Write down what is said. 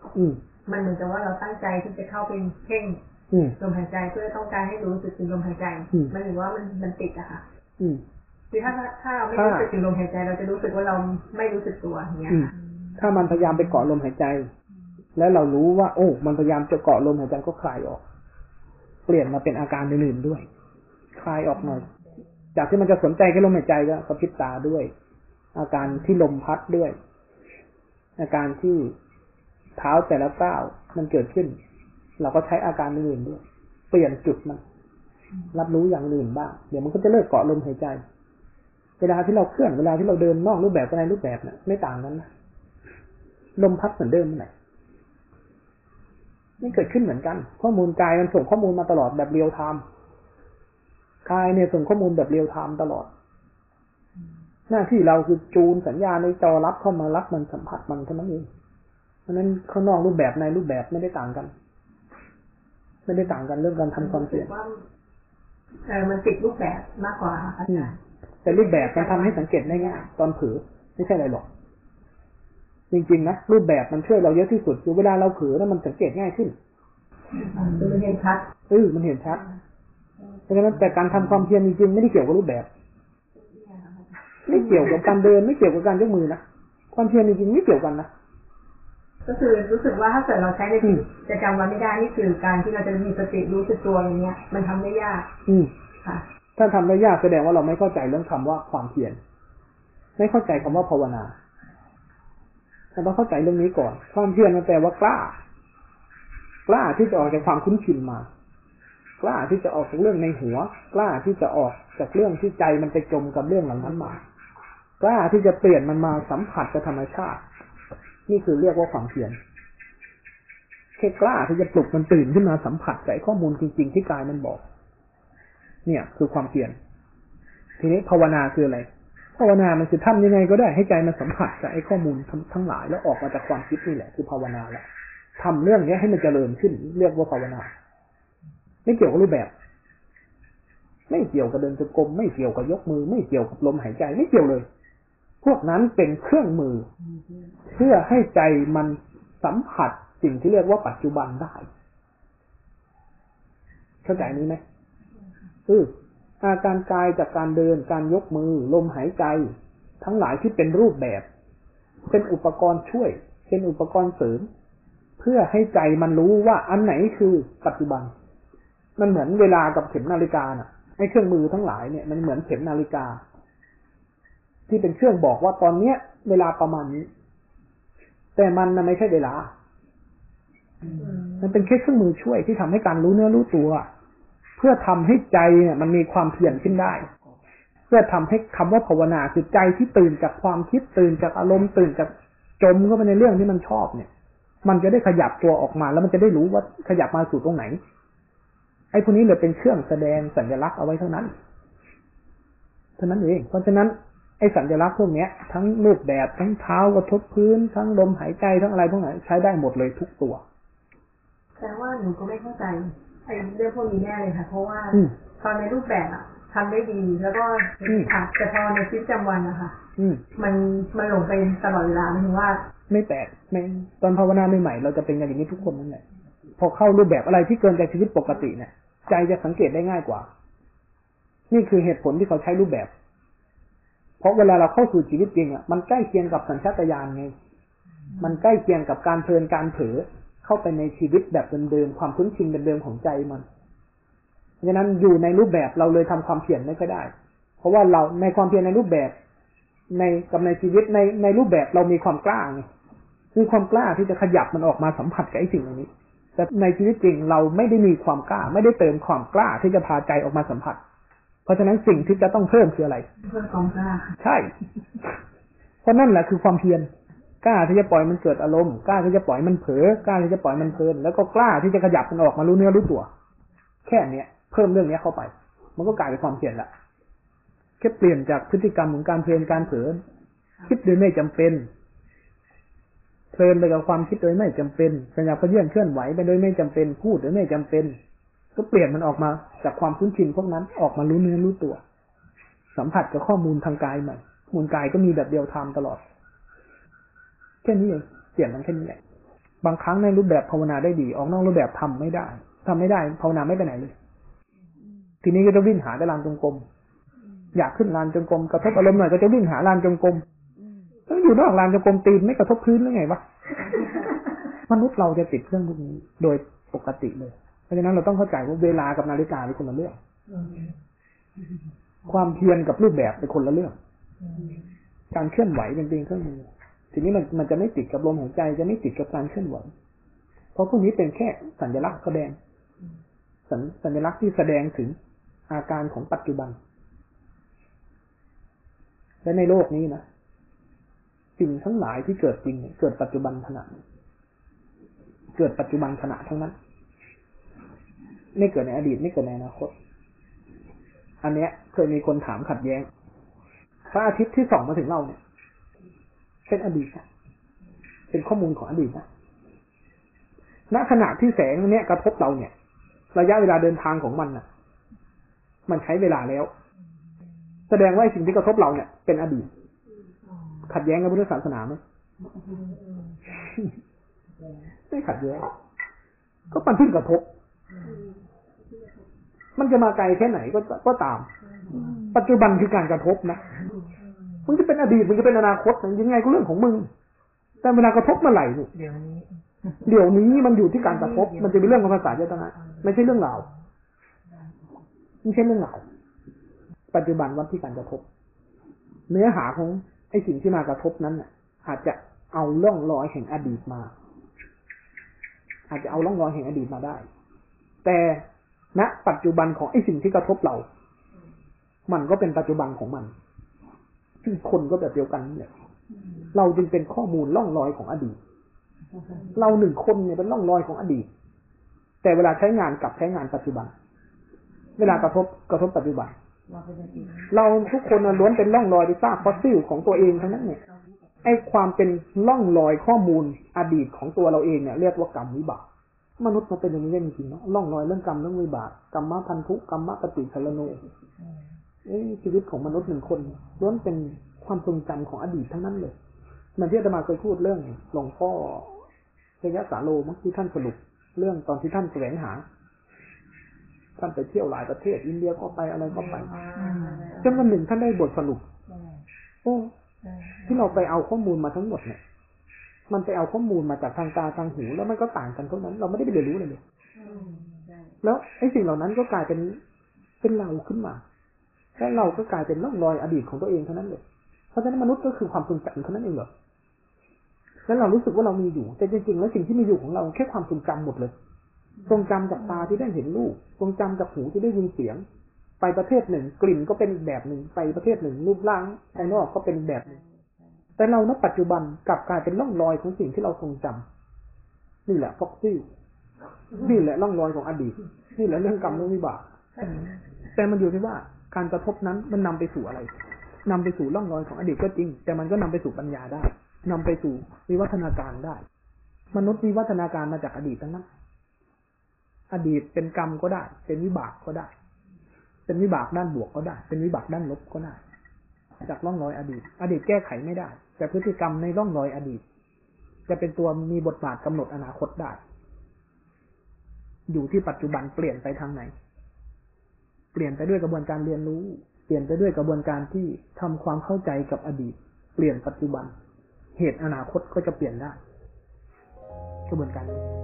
มันเหมือนกับว่าเราตั้งใจที่จะเข้าไปเพ่งลมหายใจเพื่อต้องการให้รู้สึกถึงลมหายใจมันถือว่ามันติดอะค่ะคือถ้าเราไม่รู้สึกถึงลมหายใจเราจะรู้สึกว่าเราไม่รู้สึกตัวอย่างเงี้ยถ้ามันพยายามไปเกาะลมหายใจแล้วเรารู้ว่าโอ้มันพยายามจะเกาะลมหายใจก็คลายออกเปลี่ยนมาเป็นอาการอื่นๆด้วยคลายออกหน่อยจากที่มันจะสนใจแค่ลมหายใจก็กระพริบตาด้วยอาการที่ลมพัดด้วยอาการที่เท้าแต่ละก้าวมันเกิดขึ้นเราก็ใช้อาการอื่นด้วยเปลี่ยนจุดมันรับรู้อย่างอื่นบ้างเดี๋ยวมันก็จะเลิกเกาะลมหายใจเวลาที่เราเคลื่อนเวลาที่เราเดินนอกรูปแบบในรูปแบบเนี่ยไม่ต่างกันนะลมพัดเหมือนเดิมไหนนี่เกิดขึ้นเหมือนกันข้อมูลกายมันส่งข้อมูลมาตลอดแบบเรียลไทม์กายเนี่ยส่งข้อมูลแบบเรียลไทม์ตลอดหน้าที่เราคือจูนสัญญาณในจอรับเข้ามารับมันสัมผัสมันเท่านั้นเองเพราะนั้นข้างนอกรูปแบบในรูปแบบไม่ได้ต่างกันเรื่องการทำความเสี่ยงมันติดรูปแบบมากกว่าอาจารย์แต่รูปแบบมันทำให้สังเกตได้ง่ายตอนเผลอไม่ใช่อะไรหรอกจริงๆนะรูปแบบมันช่วยเราเยอะที่สุดคือเวลาเราเผลอแล้วมันสังเกตง่ายขึ้นมันเห็นชัดมันเห็นชัดเพราะฉะนั้นแต่การทำความเพียรจริงๆไม่ได้เกี่ยวกับรูปแบบไม่เกี่ยวกับการเดินไม่เกี่ยวกับการยกมือนะความเพียรจริงๆไม่เกี่ยวกันนะก็คือรู้สึกว่าถ้าเกิดเราใช้ในชีวิตจะจำวันไม่ได้นี่คือการที่เราจะมีสติรู้สึกตัวอย่างเงี้ยมันทำได้ยากค่ะถ้าทำได้ยากแสดงว่าเราไม่เข้าใจเรื่องคำว่าความเพียรไม่เข้าใจคำว่าภาวนาเราต้องเข้าใจเรื่องนี้ก่อนความเพียรมันแปลว่ากล้าที่จะออกจากความคุ้นชินมากล้าที่จะออกจากเรื่องในหัวกล้าที่จะออกจากเรื่องที่ใจมันไปจมกับเรื่องเหล่านั้นมากล้าที่จะเปลี่ยนมันมาสัมผัสกับธรรมชาตินี่คือเรียกว่าความเพียรแค่กล้าที่จะปลุกมันตื่นขึ้นมาสัมผัสกับข้อมูลจริงๆที่กายมันบอกเนี่ยคือความเพียรทีนี้ภาวนาคืออะไรภาวนามันคือทำยังไงก็ได้ให้ใจมันสัมผัสกับข้อมูลทั้งหลายแล้วออกมาจากความคิดนี่แหละคือภาวนาแล้วทำเรื่องนี้ให้มันเจริญขึ้นเรียกว่าภาวนาไม่เกี่ยวกับรูปแบบไม่เกี่ยวกับเดินจงกรมไม่เกี่ยวกับยกมือไม่เกี่ยวกับลมหายใจไม่เกี่ยวเลยพวกนั้นเป็นเครื่องมือเพื่อให้ใจมันสัมผัสสิ่งที่เรียกว่าปัจจุบันได้เข้าใจนี้ไหมอาการกายจากการเดินการยกมือลมหายใจทั้งหลายที่เป็นรูปแบบเป็นอุปกรณ์ช่วยเป็นอุปกรณ์เสริมเพื่อให้ใจมันรู้ว่าอันไหนคือปัจจุบันมันเหมือนเวลากับเข็มนาฬิกาน่ะไอ้เครื่องมือทั้งหลายเนี่ยมันเหมือนเข็มนาฬิกาที่เป็นเครื่องบอกว่าตอนเนี้ยเวลาประมาณนี้แต่มันไม่ใช่เวลามันเป็นแค่เครื่องมือช่วยที่ทำให้การรู้เนื้อรู้ตัวเพื่อทำให้ใจเนี่ยมันมีความเพียรขึ้นได้เพื่อทำให้คำว่าภาวนาคือใจที่ตื่นจากความคิดตื่นจากอารมณ์ตื่นจากจมเข้าไปในเรื่องที่มันชอบเนี่ยมันจะได้ขยับตัวออกมาแล้วมันจะได้รู้ว่าขยับมาสู่ตรงไหนไอ้พวกนี้เลยเป็นเครื่องแสดงสัญลักษณ์เอาไว้เท่านั้นเองเพราะฉะนั้นไอ้สัญลักษณ์พวกนี้ทั้งรูปแบบทั้งเท้ากระทบพื้นทั้งลมหายใจทั้งอะไรพวกนั้นใช้ได้หมดเลยทุกตัวแต่ว่าหนูก็ไม่เข้าใจไอ้เรื่องพวกนี้แน่เลยค่ะเพราะว่าตอนในรูปแบบอะทำได้ดีแล้วก็แต่พอในชีวิตประจำวันนะคะมันหลงไปตลอดเวลาหมายถึงว่าไม่แปลกไม่ตอนภาวนาใหม่ๆเราจะเป็นอย่างนี้ทุกคนนั่นแหละพอเข้ารูปแบบอะไรที่เกินจากชีวิตปกติเนี่ยใจจะสังเกตได้ง่ายกว่านี่คือเหตุผลที่เขาใช้รูปแบบเพราะเวลาเราเข้าสู่ชีวิตจริงอ่ะมันใกล้เคียงกับสัญชาตญาณไงมันใกล้เคียงกับการเพลินการเผลอเข้าไปในชีวิตแบบเดิมๆความคุ้นชินเดิมๆของใจมันเพราะฉะนั้นอยู่ในรูปแบบเราเลยทำความเพียรไม่ค่อยได้เพราะว่าเราในความเพียรในรูปแบบในชีวิตในรูปแบบเรามีความกล้าไงคือความกล้าที่จะขยับมันออกมาสัมผัสกับไอ้สิ่งเหล่านี้แต่ในชีวิตจริงเราไม่ได้มีความกล้าไม่ได้เติมความกล้าที่จะพาใจออกมาสัมผัสเพราะฉะนั้นสิ่งที่จะต้องเพิ่มคืออะไรเพิ่มความกล้าใช่เพราะนั่นแหละคือความเพียรกล้าที่จะปล่อยมันเกิดอารมณ์กล้าที่จะปล่อยมันเผลอกล้าที่จะปล่อยมันเพลินแล้วก็กล้าที่จะขยับมันออกมารู้เนื้อรู้ตัวแค่นี้เพิ่มเรื่องนี้เข้าไปมันก็กลายเป็นความเพียรละแค่เปลี่ยนจากพฤติกรรมของการเพลินการเผลอคิดโดยไม่จำเป็นเพลินไปกับความคิดโดยไม่จำเป็นขยับเขยื้อนเคลื่อนไหวไปโดยไม่จำเป็นพูดโดยไม่จำเป็นก็เปลี่ยนมันออกมาจากความคุ้นชินพวกนั้นออกมารู้เนื้อรู้ตัวสัมผัสกับข้อมูลทางกายใหม่มูลกายก็มีแบบเดียวทำตลอดแค่นี้เองเปลี่ยนมันแค่นี้แหละบางครั้งในรูปแบบภาวนาได้ดีออกนอกรูปแบบทำไม่ได้ภาวนาไม่ไปไหนเลยทีนี้ก็จะวิ่งหาแต่ลานจงกรมอยากขึ้นลานจงกรมกระทบอารมณ์หน่อยก็จะวิ่งหาลานจงกรมแล้วอยู่นอกลานจงกรมตีนไม่กระทบพื้นหรือไงวะมนุษย์เราจะติดเรื่องพวกนี้โดยปกติเลยเพราะฉะนั้นเราต้องเข้าใจว่าเวลากับนาฬิกาเป็นคนละเรื่องความเพียรกับรูปแบบเป็นคนละเรื่องการเคลื่อนไหวเป็นเพียงเครื่องมือทีนี้มันจะไม่ติดกับลมหายใจจะไม่ติดกับการเคลื่อนไหวเพราะพวกนี้เป็นแค่สัญลักษณ์แสดงสัญลักษณ์ที่แสดงถึงอาการของปัจจุบันและในโลกนี้นะสิ่งทั้งหลายที่เกิดจริงเกิดปัจจุบันขณะเกิดปัจจุบันขณะทั้งนั้นไม่เกิดในอดีตไม่เกิดในอนาคตอันเนี้ยเคยมีคนถามขัดแย้งพระอาทิตย์ที่ส่องมาถึงเราเนี่ยเป็นอดีตนะเป็นข้อมูลของอดีตนะณขณะที่แสงเนี้ยกระทบเราเนี่ยระยะเวลาเดินทางของมันน่ะมันใช้เวลาแล้วแสดงว่าสิ่งที่กระทบเราเนี่ยเป็นอดีตขัดแย้งกับพุทธศาสนาไหมไม่ขัดแย้งก็มันเพิ่งกระทบมันจะมาไกลแค่ไหนก็ตามปัจจุบันคือการกระทบนะมึงจะเป็นอดีตมึงจะเป็นอนาคตยังไงก็เรื่องของมึงแต่เวลากระทบเมื่อไหร่เนี่ยเดี๋ยวนี้มันอยู่ที่การกระทบมันจะเป็นเรื่องของภาษาเจตนาไม่ใช่เรื่องราวไม่ใช่เรื่องราวปัจจุบันวัดที่การกระทบเนื้อหาของไอ้สิ่งที่มากระทบนั้นน่ะอาจจะเอาร่องรอยแห่งอดีตมาอาจจะเอาร่องรอยแห่งอดีตมาได้แต่ณปัจจุบันของไอ้สิ่งที่กระทบเรามันก็เป็นปัจจุบันของมันซึ่งคนก็แบบเดียวกันเนี่ยเราจึงเป็นข้อมูลร่องรอยของอดีตเราหนึ่งคนเนี่ยเป็นร่องรอยของอดีตแต่เวลาใช้งานกับใช้งานปัจจุบันเวลากระทบปัจจุบันเราทุกคนล้วนเป็นร่องรอยหรือซากฟอสซิลของตัวเองทั้งนั้นเนี่ยไอ้ความเป็นร่องรอยข้อมูลอดีตของตัวเราเองเนี่ยเรียกว่ากรรมวิบากมนุษย์มันเป็นอย่างนี้จริงๆเนาะร่องรอยเรื่องกรรมเรื่องวิบากกรรมพันธุกรรมปฏิฆลโนชีวิตของมนุษย์หนึ่งคนล้วนเป็นความทรงจำของอดีตทั้งนั้นเลยเหมือนที่อาตมาเคยพูดเรื่องหลวงพ่อพยสาโลมั้งที่ท่านสรุปเรื่องตอนที่ท่านแสวงหาท่านไปเที่ยวหลายประเทศอินเดียก็ไปอะไรก็ไปจนวันหนึ่งท่านได้บทสรุปโอ้ที่เราไปเอาข้อมูลมาทั้งหมดเนี่ยมันไปเอาข้อมูลมาจากทางตาทางหูแล้วมันก็ต่างกันเท่านั้นเราไม่ได้ไปเรียนรู้เลยแล้วไอ้สิ่งเหล่านั้นก็กลายเป็นเราขึ้นมาแล้วเราก็กลายเป็นร่องรอยอดีตของตัวเองเท่านั้นเลยเพราะฉะนั้นมนุษย์ก็คือความทรงจำเท่านั้นเองเหรอแล้วเรารู้สึกว่าเรามีอยู่แต่จริงๆแล้วสิ่งที่มีอยู่ของเราแค่ความทรงจำหมดเลยทรงจำจากตาที่ได้เห็นรูปทรงจำจากหูที่ได้ยินเสียงไปประเทศหนึ่งกลิ่นก็เป็นอีกแบบหนึ่งไปประเทศหนึ่งรูปร่างภายนอกก็เป็นอีกแบบหนึ่งแต่เราณปัจจุบันกลับกลายเป็นร่องรอยของสิ่งที่เราทรงจำนี่แหละฟ็อกซี่นี่แหละร่องรอยของอดีตนี่แหละเรื่องกรรมเรื่องวิบากแต่มันอยู่ที่ว่าการกระทบนั้นมันนำไปสู่อะไรนำไปสู่ร่องรอยของอดีตก็จริงแต่มันก็นำไปสู่ปัญญาได้นำไปสู่วิวัฒนาการได้มนุษย์วิวัฒนาการมาจากอดีตทั้งนั้นอดีตเป็นกรรมก็ได้เป็นวิบากก็ได้เป็นวิบากด้านบวกก็ได้เป็นวิบากด้านลบก็ได้จากร่องรอยอดีตแก้ไขไม่ได้แต่พฤติกรรมในร่องรอยอดีตจะเป็นตัวมีบทบาทกำหนดอนาคตได้อยู่ที่ปัจจุบันเปลี่ยนไปทางไหนเปลี่ยนไปด้วยกระบวนการเรียนรู้เปลี่ยนไปด้วยกระบวนการที่ทำความเข้าใจกับอดีตเปลี่ยนปัจจุบันเหตุอนาคตก็จะเปลี่ยนได้กระบวนการนี้